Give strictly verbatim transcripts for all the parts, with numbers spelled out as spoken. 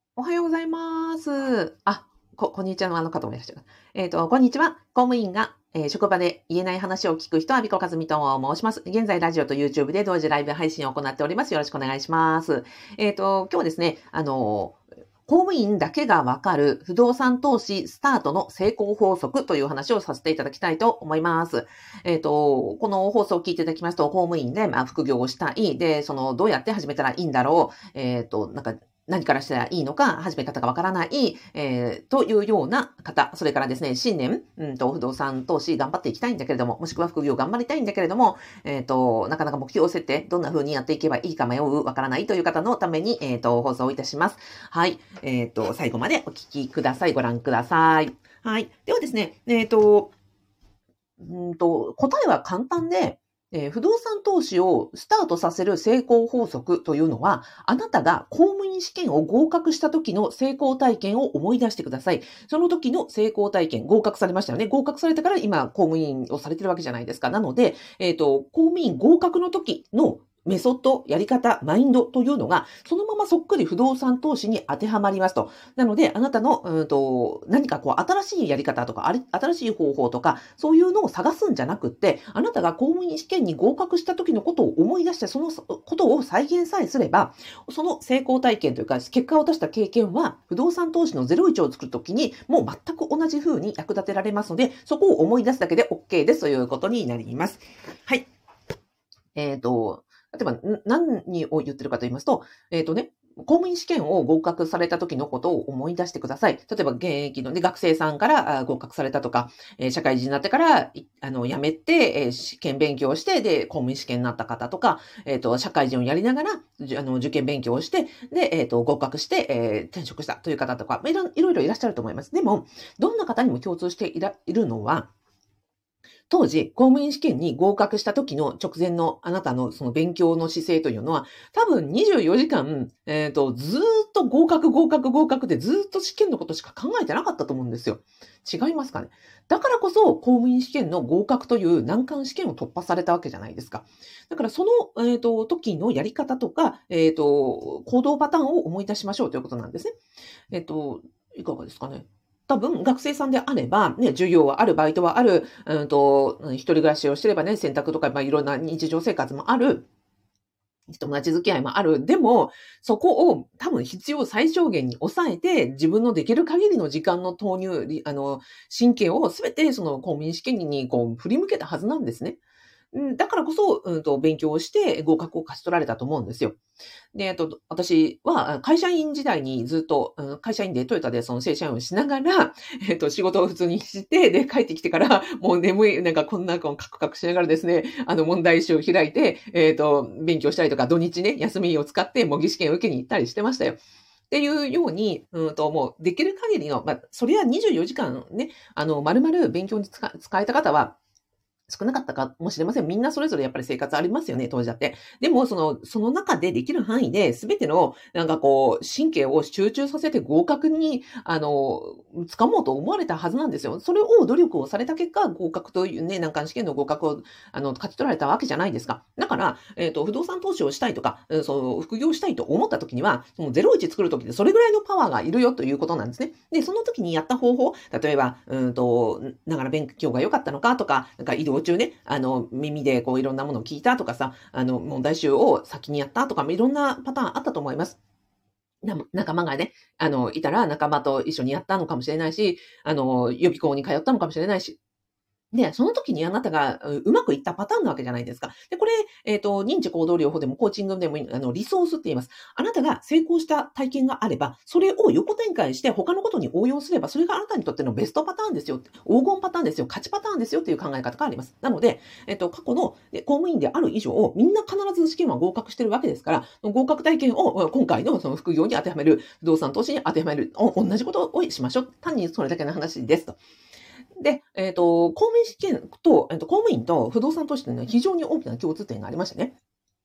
おはようございます。あ、こ、こんにちはのあの方もいらっしゃる。えっと、こんにちは。公務員が、えー職場で言えない話を聞く人は、ビコカズミと申します。現在、ラジオと YouTube で同時ライブ配信を行っております。よろしくお願いします。えっと、今日はですね、あの、公務員だけがわかる不動産投資スタートの成功法則という話をさせていただきたいと思います。えっと、この放送を聞いていただきますと、公務員で、まあ、副業をしたい。で、その、どうやって始めたらいいんだろう。えっと、なんか、何からしたらいいのか、始め方がわからない、えー、というような方、それからですね、新年、うんと、不動産投資頑張っていきたいんだけれども、もしくは副業頑張りたいんだけれども、えっ、と、なかなか目標設定、どんな風にやっていけばいいか迷う、わからないという方のために、えっ、と、放送いたします。はい。えっ、と、最後までお聞きください。ご覧ください。はい。ではですね、えっ、と、うんと、答えは簡単で、えー不動産投資をスタートさせる成功法則というのは、あなたが公務員試験を合格した時の成功体験を思い出してください。その時の成功体験、合格されましたよね。合格されてから今公務員をされてるわけじゃないですか。なので、えっ、と、公務員合格の時のメソッド、やり方、マインドというのが、そのままそっくり不動産投資に当てはまりますと。なので、あなたの、うんと、何かこう、新しいやり方とか、あれ新しい方法とか、そういうのを探すんじゃなくって、あなたが公務員試験に合格した時のことを思い出して、そのことを再現さえすれば、その成功体験というか、結果を出した経験は、不動産投資のゼロイチを作るときに、もう全く同じ風に役立てられますので、そこを思い出すだけで OK ですということになります。はい。えっ、と、例えば、ん何を言ってるかと言いますと、えっ、とね、公務員試験を合格された時のことを思い出してください。例えば、現役の、ね、学生さんからあ合格されたとか、えー社会人になってから、いあの、辞めて、えー試験勉強をして、で、公務員試験になった方とか、えっ、と、社会人をやりながら、じあの、受験勉強をして、で、えっ、と、合格して、えー転職したという方とか、まあいろいろいろいらっしゃると思います。でも、どんな方にも共通していらいるのは、当時、公務員試験に合格した時の直前のあなたのその勉強の姿勢というのは、多分にじゅうよじかん、えっ、と、ずーっと合格、合格、合格でずーっと試験のことしか考えてなかったと思うんですよ。違いますかね。だからこそ、公務員試験の合格という難関試験を突破されたわけじゃないですか。だからその、えっ、と、時のやり方とか、えっ、と、行動パターンを思い出しましょうということなんですね。えっ、と、いかがですかね。多分、学生さんであれば、ね、授業はある、バイトはある、うんと、うん一人暮らしをしてればね、洗濯とか、まあ、いろんな日常生活もある、友達付き合いもある。でも、そこを多分必要最小限に抑えて、自分のできる限りの時間の投入、りあの、神経をすべてその公務員試験にこう振り向けたはずなんですね。うん、だからこそ、うんと、勉強をして合格を勝ち取られたと思うんですよ。で、えっと、私は会社員時代にずっと、うん会社員でトヨタでその正社員をしながら、えっと、仕事を普通にして、で、帰ってきてから、もう眠い、なんかこんなこうカクカクしながらですね、あの、問題集を開いて、えっと、勉強したりとか、土日ね、休みを使って模擬試験を受けに行ったりしてましたよ。っていうように、うんと、もうできる限りの、まあ、それはにじゅうよじかんね、あの、丸々勉強に使使えた方は、少なかったかもしれません。みんなそれぞれやっぱり生活ありますよね、当時だって。でも、その、その中でできる範囲で、すべての、なんかこう、神経を集中させて合格に、あの、掴もうと思われたはずなんですよ。それを努力をされた結果、合格というね、難関試験の合格を、あの、勝ち取られたわけじゃないですか。だから、えっ、と、不動産投資をしたいとか、うんそう、副業したいと思った時には、そのゼロイチ作る時でそれぐらいのパワーがいるよということなんですね。で、その時にやった方法、例えば、うんと、ながら勉強が良かったのかとか、なんか移動中ね、あの、耳でこういろんなものを聞いたとかさ、あの、問題集を先にやったとか、いろんなパターンあったと思います。な仲間がね、あの、いたら仲間と一緒にやったのかもしれないし、あの、予備校に通ったのかもしれないし、で、その時にあなたがううまくいったパターンなわけじゃないですか。で、これ、えっ、と、認知行動療法でもコーチングでもいいあの、リソースって言います。あなたが成功した体験があれば、それを横展開して他のことに応用すれば、それがあなたにとってのベストパターンですよ。黄金パターンですよ。勝ちパターンですよっていう考え方があります。なので、えっ、と、過去ので公務員である以上、みんな必ず試験は合格してるわけですから、合格体験を今回のその副業に当てはめる、不動産投資に当てはめる、お同じことをしましょう。単にそれだけの話ですと。で、えっ、と、公務員試験と、えっ、と、公務員と不動産投資というのは非常に大きな共通点がありましてね。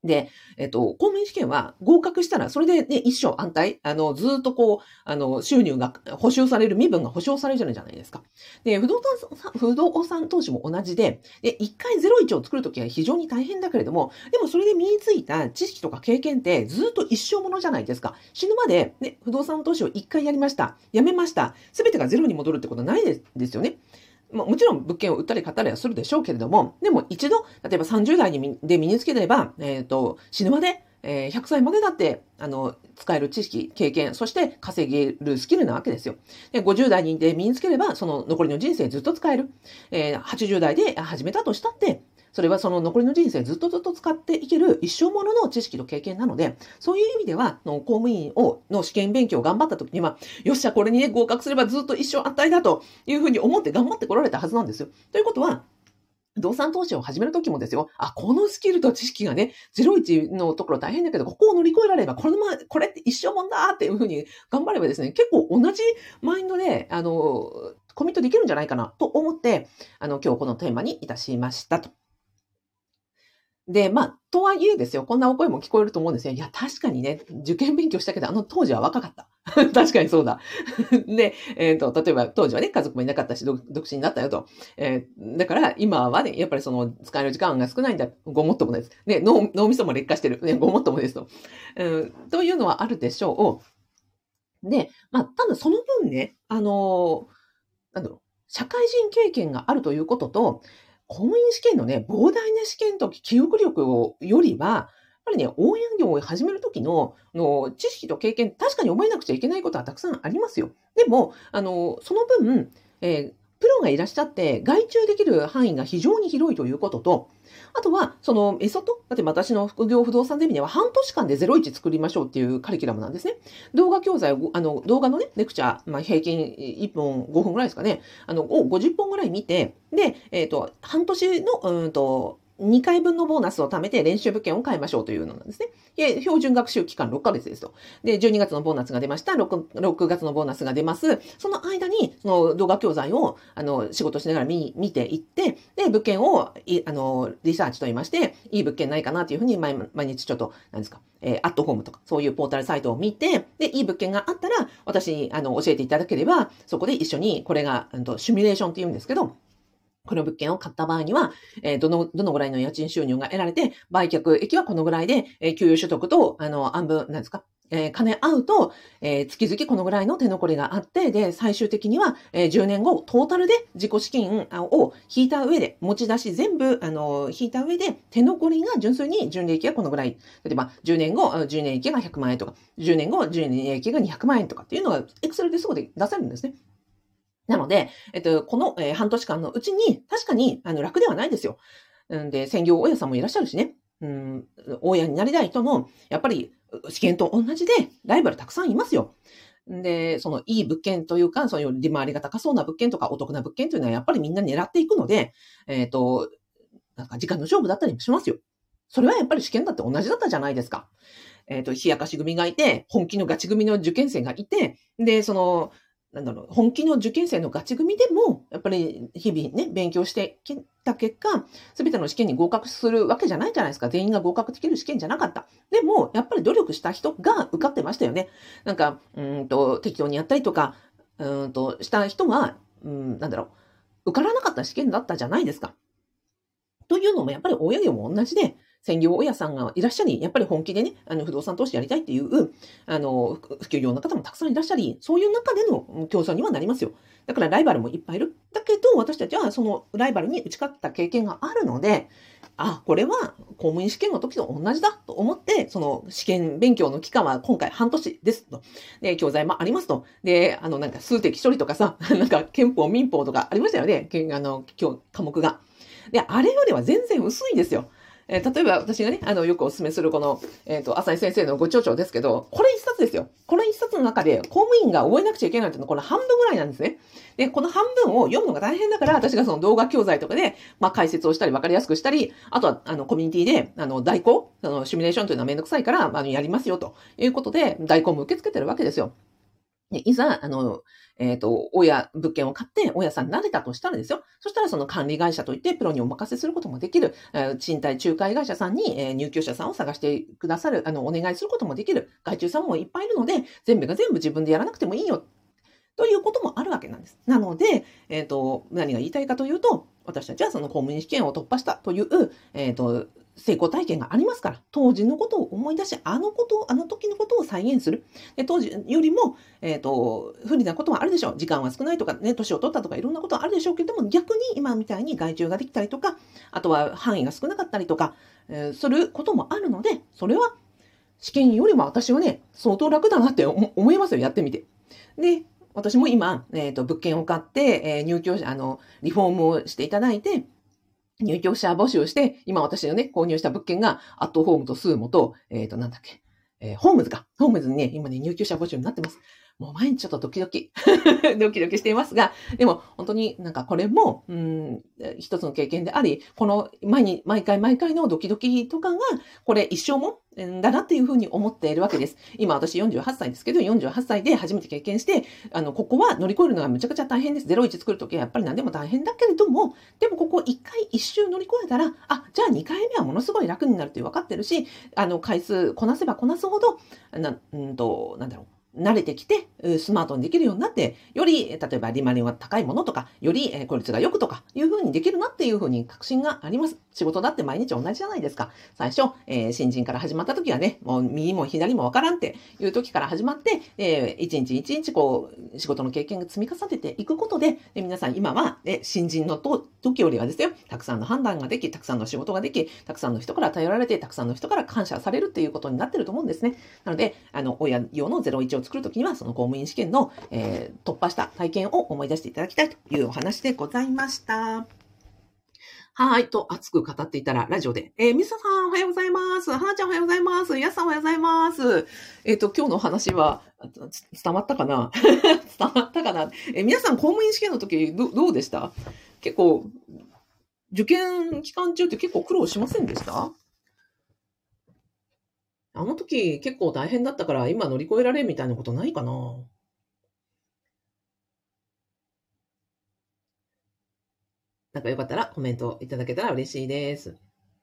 で、えっと、公務員試験は合格したら、それでね、一生安泰、あの、ずっとこう、あの、収入が保証される、身分が保証されるじゃないですか。で、不動産、不動産投資も同じで、で、一回ゼロイチを作るときは非常に大変だけれども、でもそれで身についた知識とか経験ってずっと一生ものじゃないですか。死ぬまで、ね、不動産投資を一回やりました。やめました。すべてがゼロに戻るってことはないですですよね。ももちろん物件を売ったり買ったりはするでしょうけれども、でも一度、例えばさんじゅう代にで身につければ、えっと、死ぬまで、えーひゃくさいまでだって、あの、使える知識、経験、そして稼げるスキルなわけですよ。で、ごじゅう代にで身につければ、その残りの人生ずっと使える。えーはちじゅう代で始めたとしたって、それはその残りの人生ずっとずっと使っていける一生ものの知識と経験なので、そういう意味では、の公務員を、の試験勉強を頑張った時には、よっしゃ、これにね、合格すればずっと一生安泰だというふうに思って頑張ってこられたはずなんですよ。ということは、不動産投資を始めるときもですよ。あ、このスキルと知識がね、ゼロイチのところ大変だけど、ここを乗り越えられれば、これま、これって一生もんだっていうふうに頑張ればですね、結構同じマインドで、あの、コミットできるんじゃないかなと思って、あの、今日このテーマにいたしましたと。で、まあ、とはいえですよ、こんなお声も聞こえると思うんですよ。いや、確かにね、受験勉強したけど、あの当時は若かった。確かにそうだ。で、えっ、と、例えば当時はね、家族もいなかったし、独独身だったよと。えーだから今はね、やっぱりその使える時間が少ないんだ。ごもっともです。ね、脳、脳みそも劣化してる。ね、ごもっともですと。うん、というのはあるでしょう。で、まあ、ただその分ね、あのーなんだろう、社会人経験があるということと、公務員試験のね、膨大な試験と記憶力をよりは、やっぱりね、応援業を始めるときのの知識と経験、確かに覚えなくちゃいけないことはたくさんありますよ。でも、あの、その分、えープロがいらっしゃって外注できる範囲が非常に広いということと、あとは、そのメソッド、だって私の副業不動産ゼミでは半年間でゼロイチ作りましょうっていうカリキュラムなんですね。動画教材を、あの、動画のね、レクチャー、まあ、平均いっぽんごふんぐらいですかね、あの、をごじゅっぽんぐらい見て、で、えっ、と、半年の、うんと、にかいぶんのボーナスを貯めて練習物件を買いましょうというのなんですね。で、標準学習期間ろっかげつですと。で、じゅうにがつのボーナスが出ました。6, ろくがつのボーナスが出ます。その間に、その動画教材を、あの、仕事しながら見、見ていって、で、物件を、いあの、リサーチと言いまして、いい物件ないかなというふうに毎、毎日ちょっと、なんですか、えー、アットホームとか、そういうポータルサイトを見て、で、いい物件があったら、私に、あの、教えていただければ、そこで一緒に、これが、うんと、シミュレーションって言うんですけど、この物件を買った場合には、えーどの、どのぐらいの家賃収入が得られて、売却益はこのぐらいで、えー給与所得と、あの、半分、なんですか、えー兼ね合うと、えー月々このぐらいの手残りがあって、で、最終的には、えーじゅうねんご、トータルで自己資金を引いた上で、持ち出し全部、あの、引いた上で、手残りが純粋に純利益がこのぐらい。例えば、じゅうねんご、あじゅうねん益がひゃくまん円とか、じゅうねんご、じゅうねん益がにひゃくまん円とかっていうのが、エクセルですぐで出せるんですね。なので、えっと、この、えー半年間のうちに、確かに、あの、楽ではないですよ。うんで、専業親さんもいらっしゃるしね。うん、大家になりたい人も、やっぱり、試験と同じで、ライバルたくさんいますよ。で、その、いい物件というか、そういう利回りが高そうな物件とか、お得な物件というのは、やっぱりみんな狙っていくので、えっと、なんか時間の勝負だったりもしますよ。それはやっぱり試験だって同じだったじゃないですか。えっと、冷やかし組がいて、本気のガチ組の受験生がいて、で、その、なんだろう、本気の受験生のガチ組でも、やっぱり日々ね、勉強してきた結果、すべての試験に合格するわけじゃないじゃないですか。全員が合格できる試験じゃなかった。でも、やっぱり努力した人が受かってましたよね。なんか、うんと、適当にやったりとか、うんと、した人は、うん、なんだろう、受からなかった試験だったじゃないですか。というのも、やっぱり親業も同じで、専業親さんがいらっしゃり、やっぱり本気でね、あの不動産投資やりたいっていう、あの、普及業の方もたくさんいらっしゃり、そういう中での競争にはなりますよ。だからライバルもいっぱいいる。だけど、私たちはそのライバルに打ち勝った経験があるので、あ、これは公務員試験の時と同じだと思って、その試験勉強の期間は今回半年ですと。で、教材もありますと。で、あの、なんか数的処理とかさ、なんか憲法民法とかありましたよね。あの、今日科目が。で、あれよりは全然薄いんですよ。えー例えば私がね、あの、よくお勧めするこの、えっ、と、浅井先生のご著書ですけど、これ一冊ですよ。これ一冊の中で公務員が覚えなくちゃいけないっていうのはこの半分ぐらいなんですね。で、この半分を読むのが大変だから、私がその動画教材とかで、まあ、解説をしたり分かりやすくしたり、あとは、あの、コミュニティで、あの、代行、あの、シミュレーションというのはめんどくさいから、あの、やりますよということで、代行も受け付けてるわけですよ。 いざ、あの、えっ、ー、と、親、物件を買って、親さんになれたとしたらですよ。そしたら、その管理会社といって、プロにお任せすることもできる、えー、賃貸仲介会社さんに、えー、入居者さんを探してくださる、あの、お願いすることもできる、外注さんもいっぱいいるので、全部が全部自分でやらなくてもいいよ、ということもあるわけなんです。なので、えっ、ー、と、何が言いたいかというと、私たちはその公務員試験を突破したという、えっ、ー、と、成功体験がありますから、当時のことを思い出し、あのことを、あの時のことを再現する。で当時よりも、えっ、ー、と、不利なことはあるでしょう。時間は少ないとか、ね、年を取ったとか、いろんなことはあるでしょうけれども、逆に今みたいに外注ができたりとか、あとは範囲が少なかったりとか、えー、することもあるので、それは試験よりも私はね、相当楽だなって思いますよ、やってみて。で、私も今、えっ、ー、と、物件を買って、えー、入居者、あの、リフォームをしていただいて、入居者募集をして、今私のね、購入した物件が、アットホームとスーモと、えっ、ー、と、なんだっけ、えー、ホームズか。ホームズにね、今ね、入居者募集になってます。もう毎日ちょっとドキドキ、ドキドキしていますが、でも本当になんかこれも、うん、一つの経験であり、この毎に毎回毎回のドキドキとかが、これ一生もだなっていうふうに思っているわけです。今私よんじゅうはっさいですけど、よんじゅうはっさいで初めて経験して、あの、ここは乗り越えるのがむちゃくちゃ大変です。ゼロイチ作るときはやっぱり何でも大変だけれども、でもここ一回一周乗り越えたら、あ、じゃあにかいめはものすごい楽になるって分かってるし、あの、回数こなせばこなすほど、な、うんと、なんだろう。慣れてきて、スマートにできるようになって、より、例えば利回りが高いものとか、より効率が良くとか、いう風にできるなっていう風に確信があります。仕事だって毎日同じじゃないですか。最初、えー、新人から始まった時はね、もう右も左もわからんっていう時から始まって、えー、一日一日こう、仕事の経験が積み重ねていくことで、で皆さん今は、ね、新人の時よりはですよ、たくさんの判断ができ、たくさんの仕事ができ、たくさんの人から頼られて、たくさんの人から感謝されるっていうことになってると思うんですね。なので、あの、親用のゼロイチを作るときには、その公務員試験の、えー、突破した体験を思い出していただきたいというお話でございました。はい。と、熱く語っていたら、ラジオで。えー、ミサさん、おはようございます。はなちゃん、おはようございます。やすさん、おはようございます。えっ、ー、と、今日の話は、伝わったかな伝わったかなえー、皆さん、公務員試験の時ど、どうでした？結構、受験期間中って結構苦労しませんでした？あの時結構大変だったから今乗り越えられるみたいなことないかな？なんかよかったらコメントいただけたら嬉しいです。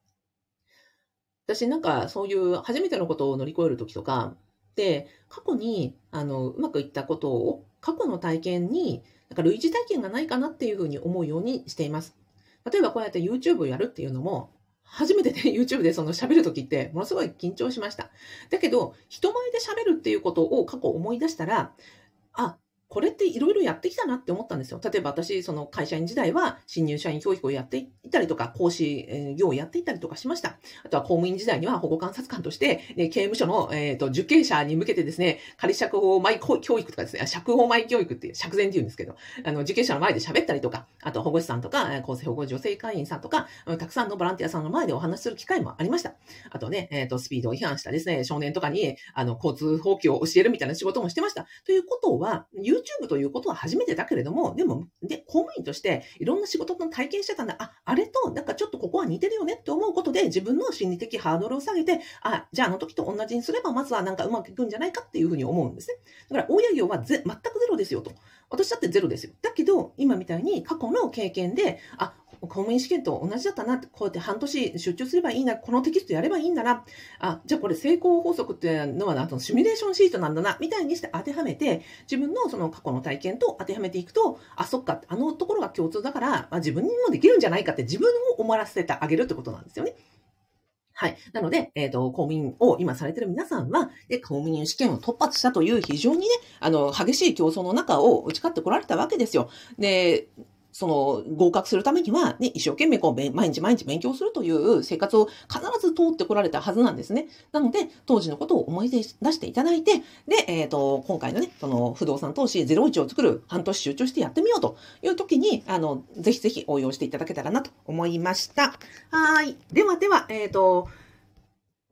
私なんかそういう初めてのことを乗り越える時とかで、過去にあのうまくいったことを、過去の体験になんか類似体験がないかなっていうふうに思うようにしています。例えばこうやって YouTube をやるっていうのも、初めてね、YouTube でその喋るときってものすごい緊張しました。だけど、人前で喋るっていうことを過去思い出したら、あ、これっていろいろやってきたなって思ったんですよ。例えば私、その会社員時代は新入社員教育をやっていたりとか、講師業をやっていたりとかしました。あとは公務員時代には保護観察官として、ね、刑務所の、えーと、受刑者に向けてですね、仮釈放前教育とかですね、釈放前教育っていう、釈前って言うんですけど、あの、受刑者の前で喋ったりとか、あと保護士さんとか、厚生保護女性会員さんとか、たくさんのボランティアさんの前でお話しする機会もありました。あとね、えっと、スピードを違反したですね、少年とかに、あの、交通法規を教えるみたいな仕事もしてました。ということは、YouTube ということは初めてだけれども、でも、で、公務員としていろんな仕事の体験してたんだ。あ、あれと、なんかちょっとここは似てるよねって思うことで、自分の心理的ハードルを下げて、あ、じゃああの時と同じにすれば、まずはなんかうまくいくんじゃないかっていうふうに思うんですね。だから、親業はぜ全くゼロですよと。私だってゼロですよ。だけど、今みたいに過去の経験で、あ、公務員試験と同じだったな、こうやって半年出張すればいいな、このテキストやればいいんだな、あ、じゃあこれ成功法則っていうのはあとシミュレーションシートなんだな、みたいにして当てはめて、自分のその過去の体験と当てはめていくと、あ、そっか、あのところが共通だから、まあ、自分にもできるんじゃないかって自分を思わせてあげるってことなんですよね。はい。なので、えっ、ー、と、公務員を今されている皆さんは、で、公務員試験を突破したという非常にね、あの、激しい競争の中を打ち勝ってこられたわけですよ。で、その合格するためには、ね、一生懸命こう毎日毎日勉強するという生活を必ず通ってこられたはずなんですね。なので、当時のことを思い出していただいて、で、えっ、ー、と、今回のね、その不動産投資ゼロイチを作る半年集中してやってみようという時に、あの、ぜひぜひ応用していただけたらなと思いました。はい。ではでは、えっ、ー、と、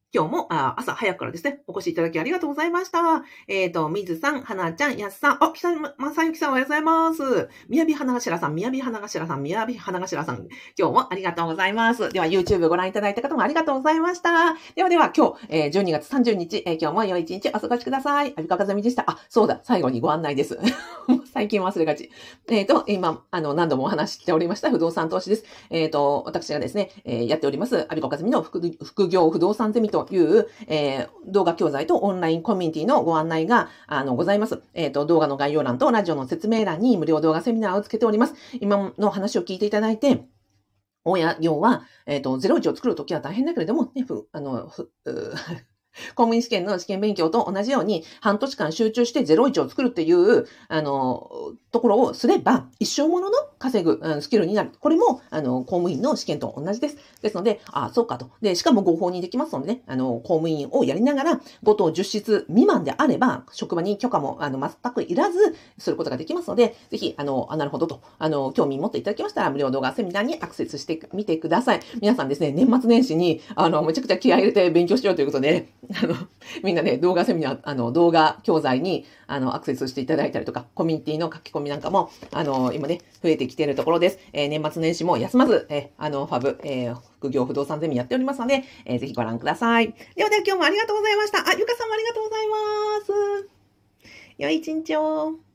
今日もあ朝早くからですね、お越しいただきありがとうございました。えっ、ー、と、みずさん、はなちゃん、やすさん、あ、きさまさゆきさんおはようございます。みやび花頭さん、みやび花頭さん、みやび花頭さん、今日もありがとうございます。では、YouTube ご覧いただいた方もありがとうございました。ではでは、今日、えー、じゅうにがつさんじゅうにち、えー、今日も良い一日お過ごしください。アビカカズミでした。あ、そうだ、最後にご案内です。最近忘れがち。えっ、ー、と、今、あの、何度もお話ししておりました不動産投資です。えっ、ー、と、私がですね、えー、やっております、アビコカズミの副副業不動産ゼミという、えーえー、動画教材とオンラインコミュニティのご案内があのございます。えっ、ー、と、動画の概要欄とラジオの説明欄に無料動画セミナーをつけております。今の話を聞いていただいて、親、要は、えっ、ー、と、ゼロイチを作るときは大変だけれども、ね、ふあの、ふ公務員試験の試験勉強と同じように半年間集中してゼロイチを作るっていう、あの、ところをすれば一生ものの稼ぐ、うん、スキルになる。これも、あの、公務員の試験と同じです。ですので、ああ、そうかと。で、しかも合法にできますのでね、あの、公務員をやりながらご等じゅっ室未満であれば、職場に許可も、あの、全くいらずすることができますので、ぜひ、あの、あ、なるほどと、あの、興味持っていただきましたら、無料動画セミナーにアクセスしてみてください。皆さんですね、年末年始に、あの、めちゃくちゃ気合い入れて勉強しようということで、あの、みんなね、動画セミナー、あの、動画教材に、あの、アクセスしていただいたりとか、コミュニティの書き込みなんかも、あの、今ね、増えてきているところです。えー、年末年始も休まず、えー、あの、ファブ、えー、副業不動産ゼミやっておりますので、えー、ぜひご覧ください。ではでは今日もありがとうございました。あ、ゆかさんもありがとうございます。良い一日を。